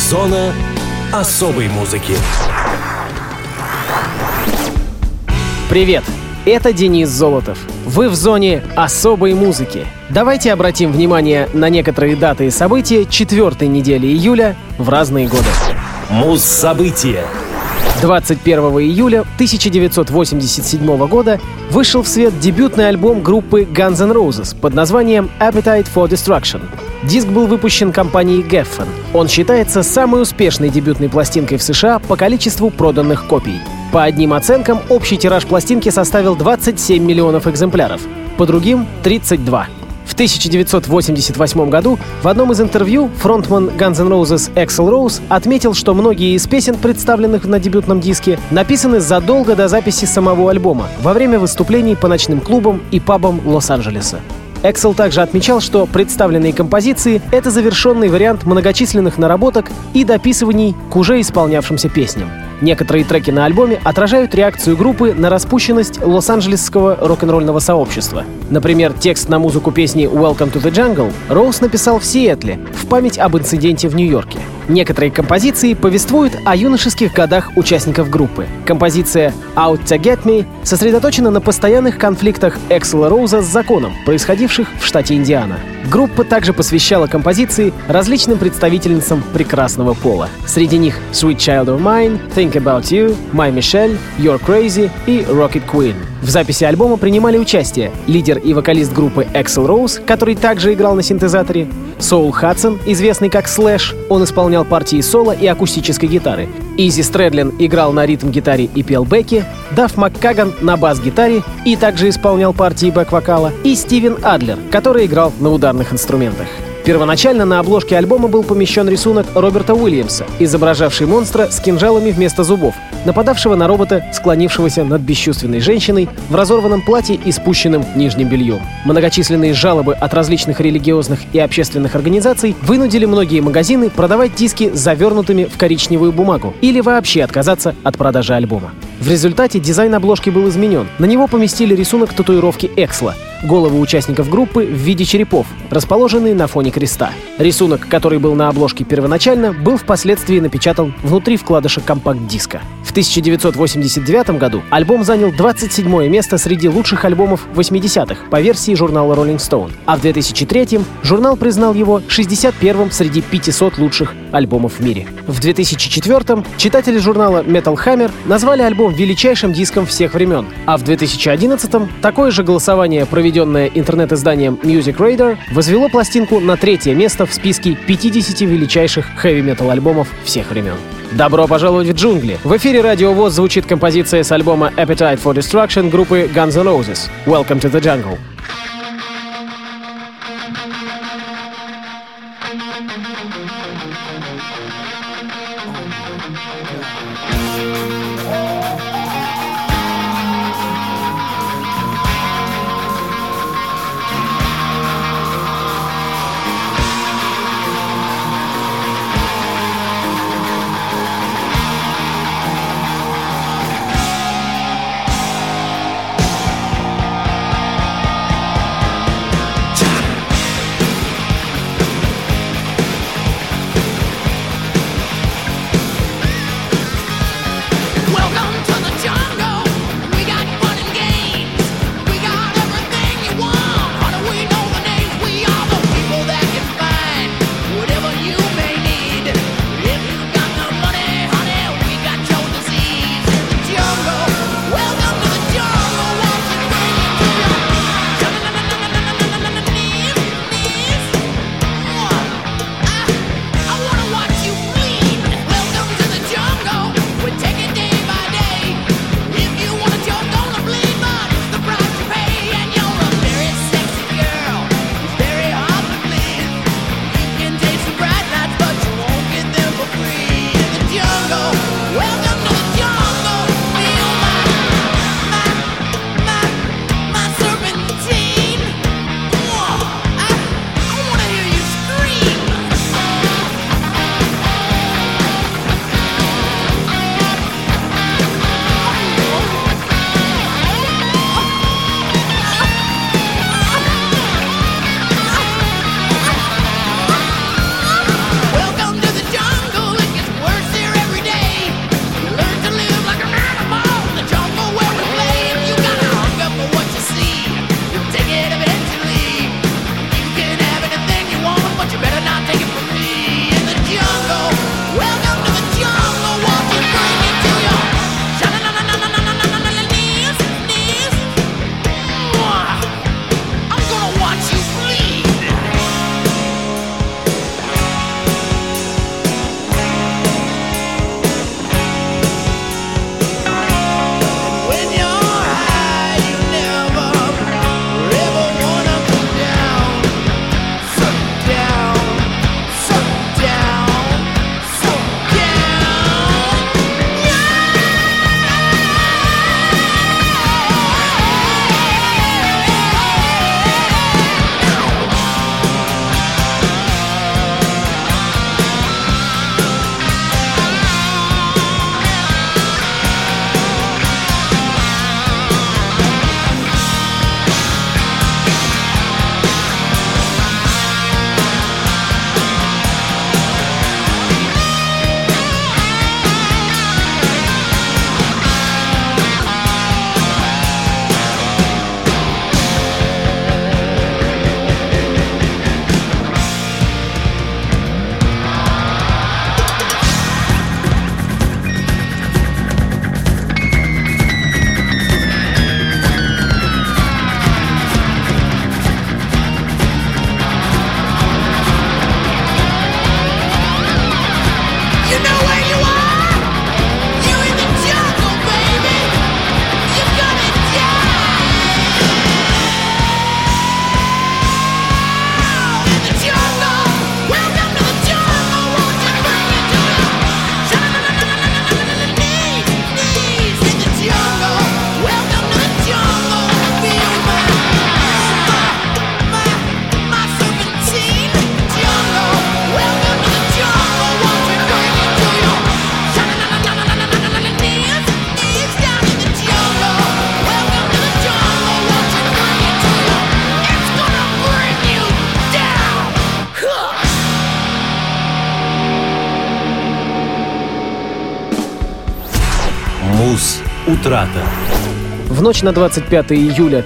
Зона особой музыки. Привет! Это Денис Золотов. Вы в зоне особой музыки. Давайте обратим внимание на некоторые даты и события четвертой недели июля в разные годы. Муз-события. 21 июля 1987 года вышел в свет дебютный альбом группы Guns N' Roses под названием Appetite for Destruction. Диск был выпущен компанией Geffen. Он считается самой успешной дебютной пластинкой в США по количеству проданных копий. По одним оценкам, общий тираж пластинки составил 27 миллионов экземпляров, по другим — 32. В 1988 году в одном из интервью фронтмен Guns N' Roses Axl Rose отметил, что многие из песен, представленных на дебютном диске, написаны задолго до записи самого альбома, во время выступлений по ночным клубам и пабам Лос-Анджелеса. Axl также отмечал, что представленные композиции — это завершенный вариант многочисленных наработок и дописываний к уже исполнявшимся песням. Некоторые треки на альбоме отражают реакцию группы на распущенность лос-анджелесского рок-н-ролльного сообщества. Например, текст на музыку песни «Welcome to the Jungle» Роуз написал в Сиэтле в память об инциденте в Нью-Йорке. Некоторые композиции повествуют о юношеских годах участников группы. Композиция «Out to Get Me» сосредоточена на постоянных конфликтах Axl Роуза с законом, происходивших в штате Индиана. Группа также посвящала композиции различным представительницам прекрасного пола. Среди них «Sweet Child of Mine», «Think About You», «My Michelle», «You're Crazy» и «Rocket Queen». В записи альбома принимали участие лидер и вокалист группы Axl Rose, который также играл на синтезаторе, Соул Хадсон, известный как Слэш, он исполнял партии соло и акустической гитары, Изи Стрэдлин играл на ритм-гитаре и пел бэки, Дафф Маккаган на бас-гитаре и также исполнял партии бэк-вокала, и Стивен Адлер, который играл на ударных инструментах. Первоначально на обложке альбома был помещен рисунок Роберта Уильямса, изображавший монстра с кинжалами вместо зубов, нападавшего на робота, склонившегося над бесчувственной женщиной в разорванном платье и спущенным нижним бельем. Многочисленные жалобы от различных религиозных и общественных организаций вынудили многие магазины продавать диски завернутыми в коричневую бумагу или вообще отказаться от продажи альбома. В результате дизайн обложки был изменен. На него поместили рисунок татуировки Эксла — головы участников группы в виде черепов, расположенные на фоне креста. Рисунок, который был на обложке первоначально, был впоследствии напечатан внутри вкладыша компакт-диска. В 1989 году альбом занял 27-е место среди лучших альбомов 80-х по версии журнала Rolling Stone, а в 2003 журнал признал его 61-м среди 500 лучших альбомов в мире. В 2004 читатели журнала Metal Hammer назвали альбом величайшим диском всех времен, а в 2011 такое же голосование, проведенное интернет-изданием Music Radar, возвело пластинку на 3-е место в списке 50 величайших хэви-метал альбомов всех времен. Добро пожаловать в джунгли! В эфире Радио ВОС звучит композиция с альбома Appetite for Destruction группы Guns N' Roses «Welcome to the Jungle». Welcome to the Муз-утрата. В ночь на 25 июля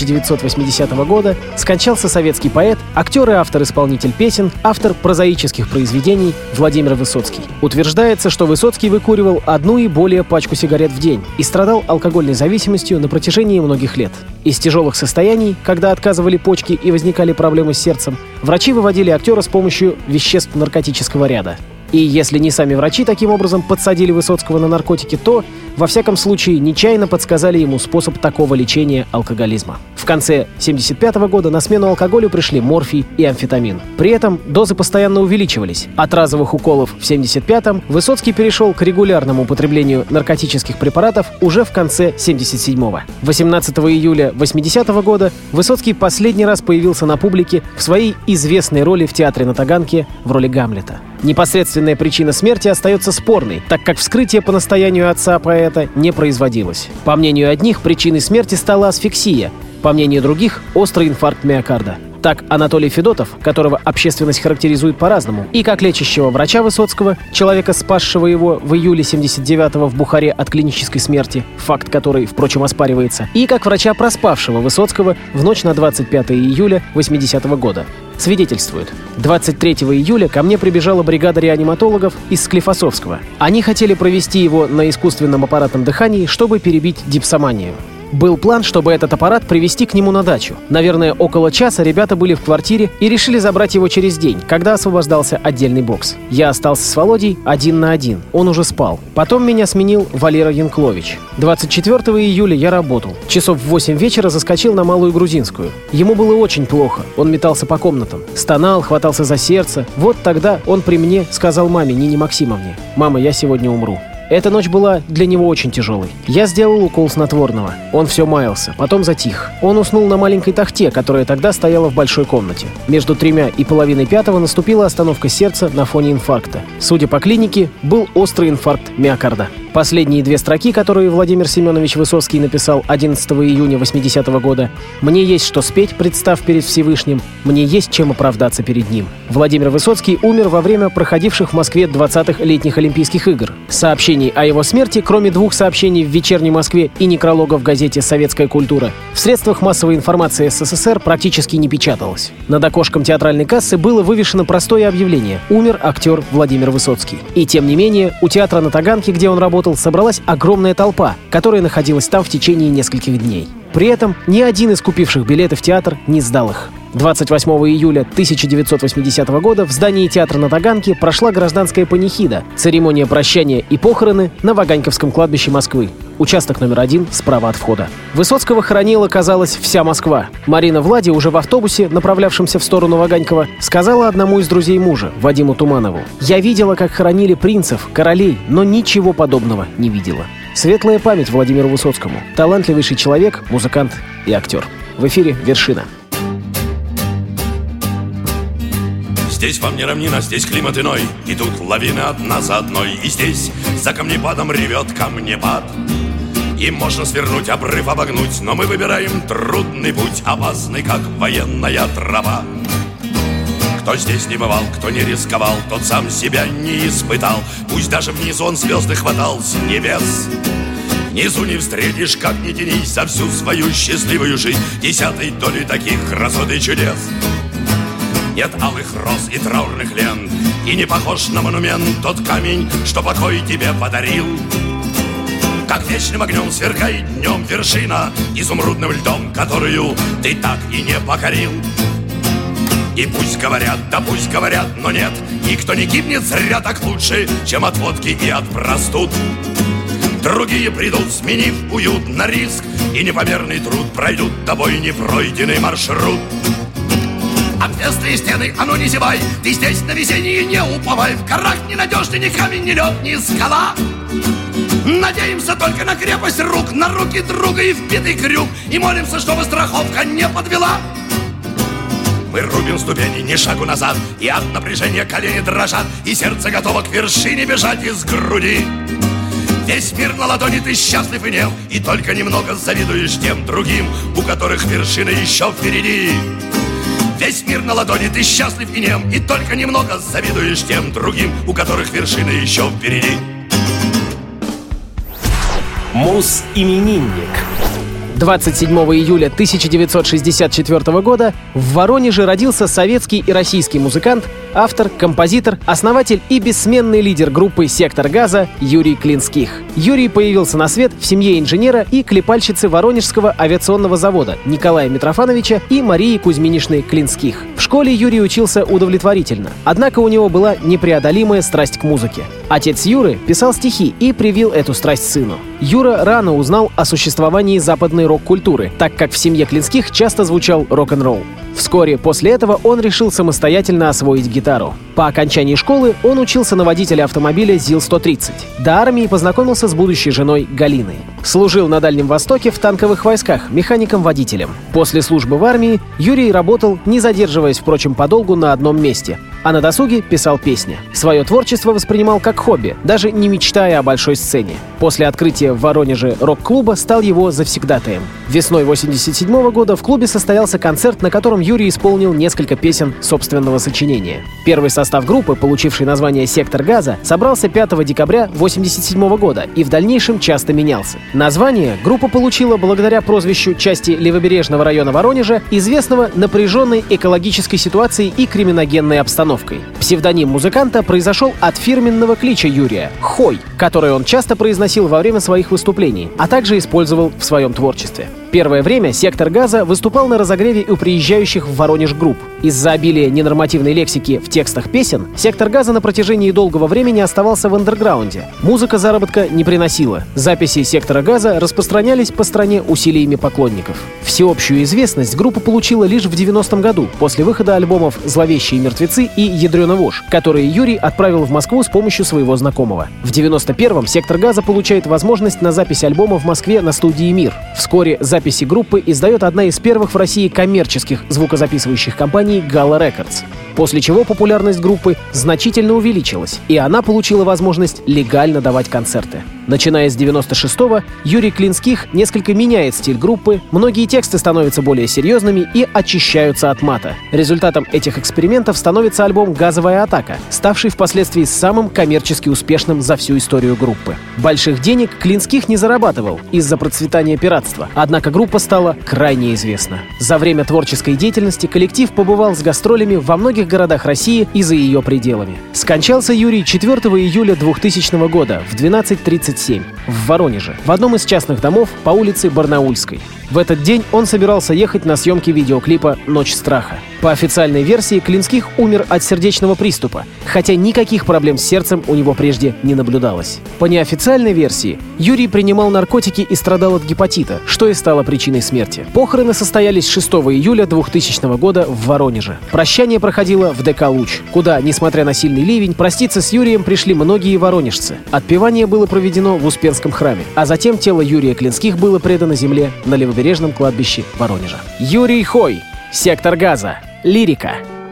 1980 года скончался советский поэт, актер и автор-исполнитель песен, автор прозаических произведений Владимир Высоцкий. Утверждается, что Высоцкий выкуривал одну и более пачку сигарет в день и страдал алкогольной зависимостью на протяжении многих лет. Из тяжелых состояний, когда отказывали почки и возникали проблемы с сердцем, врачи выводили актера с помощью веществ наркотического ряда. И если не сами врачи таким образом подсадили Высоцкого на наркотики, то, во всяком случае, нечаянно подсказали ему способ такого лечения алкоголизма. В конце 1975 года на смену алкоголю пришли морфий и амфетамин. При этом дозы постоянно увеличивались. От разовых уколов в 1975-м Высоцкий перешел к регулярному употреблению наркотических препаратов уже в конце 1977-го. 18 июля 1980 года Высоцкий последний раз появился на публике в своей известной роли в театре на Таганке в роли Гамлета. Непосредственная причина смерти остается спорной, так как вскрытие по настоянию отца поэта не производилось. По мнению одних, причиной смерти стала асфиксия, по мнению других – острый инфаркт миокарда. Так Анатолий Федотов, которого общественность характеризует по-разному, и как лечащего врача Высоцкого, человека, спасшего его в июле 1979-го в Бухаре от клинической смерти, факт который, впрочем, оспаривается, и как врача, проспавшего Высоцкого в ночь на 25 июля 1980 года. Свидетельствует. 23 июля ко мне прибежала бригада реаниматологов из Склифосовского. Они хотели провести его на искусственном аппаратном дыхании, чтобы перебить дипсоманию. Был план, чтобы этот аппарат привезти к нему на дачу. Наверное, около часа ребята были в квартире и решили забрать его через день, когда освобождался отдельный бокс. Я остался с Володей 1 на 1. Он уже спал. Потом меня сменил Валера Янклович. 24 июля я работал. Часов в 8 вечера заскочил на Малую Грузинскую. Ему было очень плохо. Он метался по комнатам. Стонал, хватался за сердце. Вот тогда он при мне сказал маме, Нине Максимовне: «Мама, я сегодня умру». Эта ночь была для него очень тяжелой. Я сделал укол снотворного. Он все маялся, потом затих. Он уснул на маленькой тахте, которая тогда стояла в большой комнате. Между 3 и половиной 5 наступила остановка сердца на фоне инфаркта. Судя по клинике, был острый инфаркт миокарда. Последние 2 строки, которые Владимир Семенович Высоцкий написал 11 июня 1980 года: «Мне есть что спеть, представ перед Всевышним, мне есть чем оправдаться перед Ним». Владимир Высоцкий умер во время проходивших в Москве 20-х летних Олимпийских игр. Сообщений о его смерти, кроме 2 сообщений в «Вечерней Москве» и некролога в газете «Советская культура», в средствах массовой информации СССР практически не печаталось. Над окошком театральной кассы было вывешено простое объявление: «Умер актер Владимир Высоцкий». И тем не менее, у театра на Таганке, где он работал, собралась огромная толпа, которая находилась там в течение нескольких дней. При этом ни один из купивших билеты в театр не сдал их. 28 июля 1980 года в здании театра на Таганке прошла гражданская панихида, церемония прощания и похороны на Ваганьковском кладбище Москвы. Участок номер 1 справа от входа. Высоцкого хоронила, казалось, вся Москва. Марина Влади уже в автобусе, направлявшемся в сторону Ваганькова, сказала одному из друзей мужа, Вадиму Туманову: «Я видела, как хоронили принцев, королей, но ничего подобного не видела». Светлая память Владимиру Высоцкому. Талантливейший человек, музыкант и актер. В эфире «Вершина». Здесь вам не равнина, здесь климат иной, идут лавины одна за одной, и здесь за камнепадом ревет камнепад. И можно свернуть, обрыв обогнуть, но мы выбираем трудный путь, опасный, как военная тропа. Кто здесь не бывал, кто не рисковал, тот сам себя не испытал. Пусть даже внизу он звезды хватал с небес. Внизу не встретишь, как ни тянись, за всю свою счастливую жизнь 10-й доли таких красот и чудес. Нет алых роз и траурных лент, и не похож на монумент тот камень, что покой тебе подарил. Как вечным огнем сверкает днем вершина, изумрудным льдом, которую ты так и не покорил. И пусть говорят, да пусть говорят, но нет, никто не гибнет зря так лучше, чем от водки и от простуд. Другие придут, сменив уют на риск, и непомерный труд пройдут тобой непройденный маршрут. Отвесные стены, а ну не зевай, ты здесь на везение не уповай. В горах ненадежный ни камень, ни лед, ни скала. Надеемся только на крепость рук, на руки друга и вбитый крюк, и молимся, чтобы страховка не подвела. Мы рубим ступени, ни шагу назад, и от напряжения колени дрожат, и сердце готово к вершине бежать из груди. Весь мир на ладони, ты счастлив и нем, и только немного завидуешь тем другим, у которых вершина еще впереди. Весь мир на ладони, ты счастлив и нем, и только немного завидуешь тем другим, у которых вершина еще впереди. Муз-именинник. 27 июля 1964 года в Воронеже родился советский и российский музыкант, автор, композитор, основатель и бессменный лидер группы «Сектор газа» Юрий Клинских. Юрий появился на свет в семье инженера и клепальщицы Воронежского авиационного завода Николая Митрофановича и Марии Кузьминишны Клинских. В школе Юрий учился удовлетворительно, однако у него была непреодолимая страсть к музыке. Отец Юры писал стихи и привил эту страсть сыну. Юра рано узнал о существовании западной рок-культуры, так как в семье Клинских часто звучал рок-н-ролл. Вскоре после этого он решил самостоятельно освоить гитару. По окончании школы он учился на водителя автомобиля ЗИЛ-130. До армии познакомился с будущей женой Галиной. Служил на Дальнем Востоке в танковых войсках механиком-водителем. После службы в армии Юрий работал, не задерживаясь, впрочем, подолгу на одном месте, а на досуге писал песни. Свое творчество воспринимал как хобби, даже не мечтая о большой сцене. После открытия в Воронеже рок-клуба стал его завсегдатаем. Весной 1987 года в клубе состоялся концерт, на котором Юрий исполнил несколько песен собственного сочинения. Первый состав группы, получивший название «Сектор газа», собрался 5 декабря 1987 года и в дальнейшем часто менялся. Название группа получила благодаря прозвищу части левобережного района Воронежа, известного напряженной экологической ситуацией и криминогенной обстановкой. Псевдоним музыканта произошел от фирменного клича Юрия — «Хой», который он часто произносил во время своих выступлений, а также использовал в своем творчестве. Первое время «Сектор газа» выступал на разогреве у приезжающих в Воронеж групп. Из-за обилия ненормативной лексики в текстах песен «Сектор газа» на протяжении долгого времени оставался в андерграунде. Музыка заработка не приносила. Записи «Сектора газа» распространялись по стране усилиями поклонников. Всеобщую известность группа получила лишь в 90-м году, после выхода альбомов «Зловещие мертвецы» и «Ядрёна вошь», которые Юрий отправил в Москву с помощью своего знакомого. В 91-м «Сектор газа» получает возможность на запись альбома в Москве на студии «Мир». Вскоре записи группы издает одна из первых в России коммерческих звукозаписывающих компаний «Gala Records». После чего популярность группы значительно увеличилась, и она получила возможность легально давать концерты. Начиная с 96-го, Юрий Клинских несколько меняет стиль группы, многие тексты становятся более серьезными и очищаются от мата. Результатом этих экспериментов становится альбом «Газовая атака», ставший впоследствии самым коммерчески успешным за всю историю группы. Больших денег Клинских не зарабатывал из-за процветания пиратства, однако группа стала крайне известна. За время творческой деятельности коллектив побывал с гастролями во многих городах России и за ее пределами. Скончался Юрий 4 июля 2000 года в 12:37 в Воронеже, в одном из частных домов по улице Барнаульской. В этот день он собирался ехать на съемки видеоклипа «Ночь страха». По официальной версии, Клинских умер от сердечного приступа, хотя никаких проблем с сердцем у него прежде не наблюдалось. По неофициальной версии, Юрий принимал наркотики и страдал от гепатита, что и стало причиной смерти. Похороны состоялись 6 июля 2000 года в Воронеже. Прощание проходило в ДК «Луч», куда, несмотря на сильный ливень, проститься с Юрием пришли многие воронежцы. Отпевание было проведено в Успенском храме, а затем тело Юрия Клинских было предано земле на левобережном кладбище Воронежа. Юрий Хой, «Сектор газа», лирика.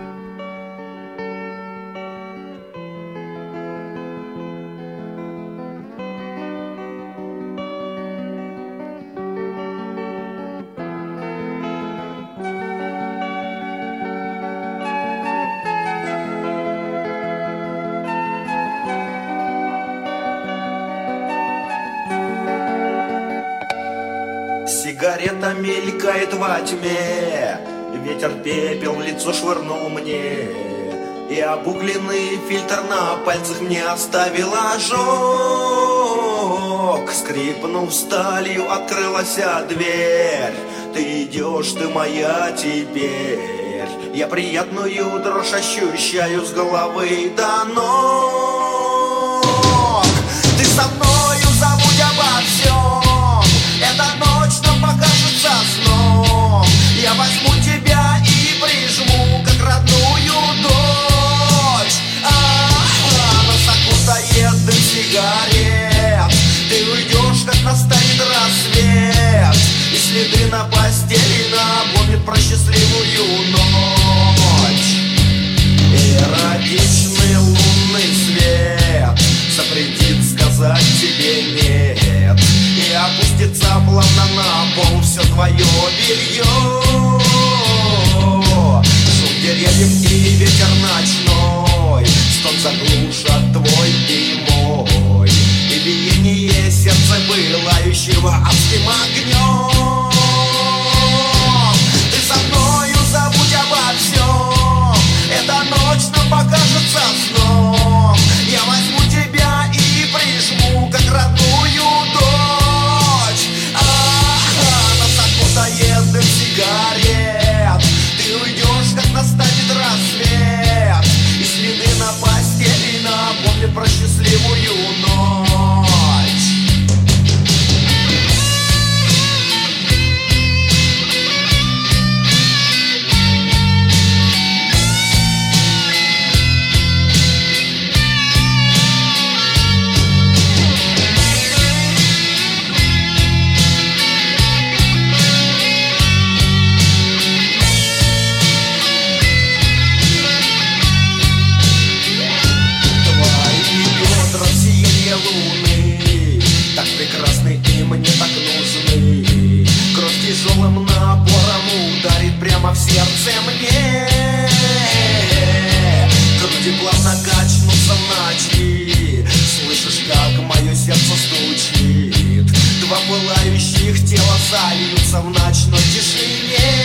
Сигарета мелькает во тьме, ветер пепел в лицо швырнул мне, и обугленный фильтр на пальцах мне оставил ожог. Скрипнув сталью, открылась дверь. Ты идешь, ты моя теперь. Я приятную дрожь ощущаю с головы до ног. Ты со мною, забудь обо всем. Эта ночь нам покажется сном. Я возьму тебя и прижму, как родную дочь. Нас окутает дым сигарет. Ты уйдешь, как настанет рассвет, и следы на постели напомнят про счастливую ночь. Эротичный лунный свет запретит сказать тебе нет, и опустится плавно на пол все твое белье. Шум деревьев и ветер ночной, стон заглушат твой и мой, и биение сердца пылающее напомнит про счастливую ночь. Тяжелым напором ударит прямо в сердце мне. Груди плавно качнутся в ночи. Слышишь, как мое сердце стучит. Два пылающих тела зальются в ночной тишине.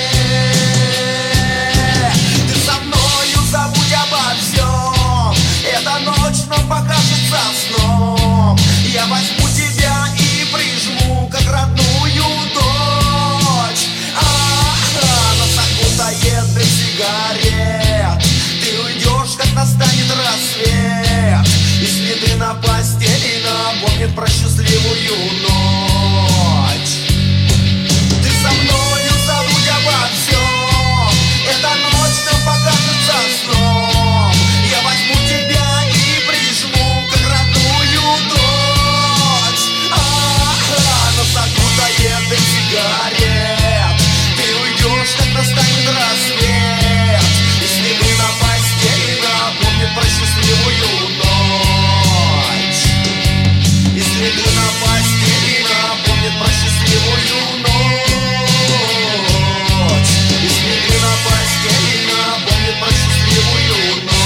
Ты со мною забудь обо всем. Эта ночь нам покажется сном. Я возьму тебя и прижму, как родную дочь. Нас окутает дым сигарет. Ты уйдешь, как настанет рассвет. И следы на постели напомнят про счастливую ночь. Ты со мною забудь обо всем. Эта ночь нам покажется сном. Я возьму тебя и прижму, как родную дочь. Нас окутает дым сигарет. Ты уйдешь, как настанет рассвет. И следы на постели напомнят про счастливую ночь. И следы на постели напомнят про счастливую ночь. И следы на постели напомнят про счастливую ночь.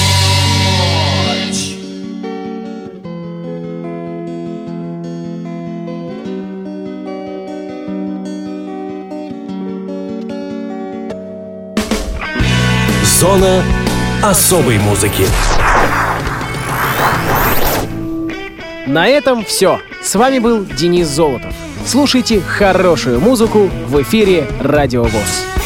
Зона особой музыки. На этом все. С вами был Денис Золотов. Слушайте хорошую музыку в эфире Радио ВОС.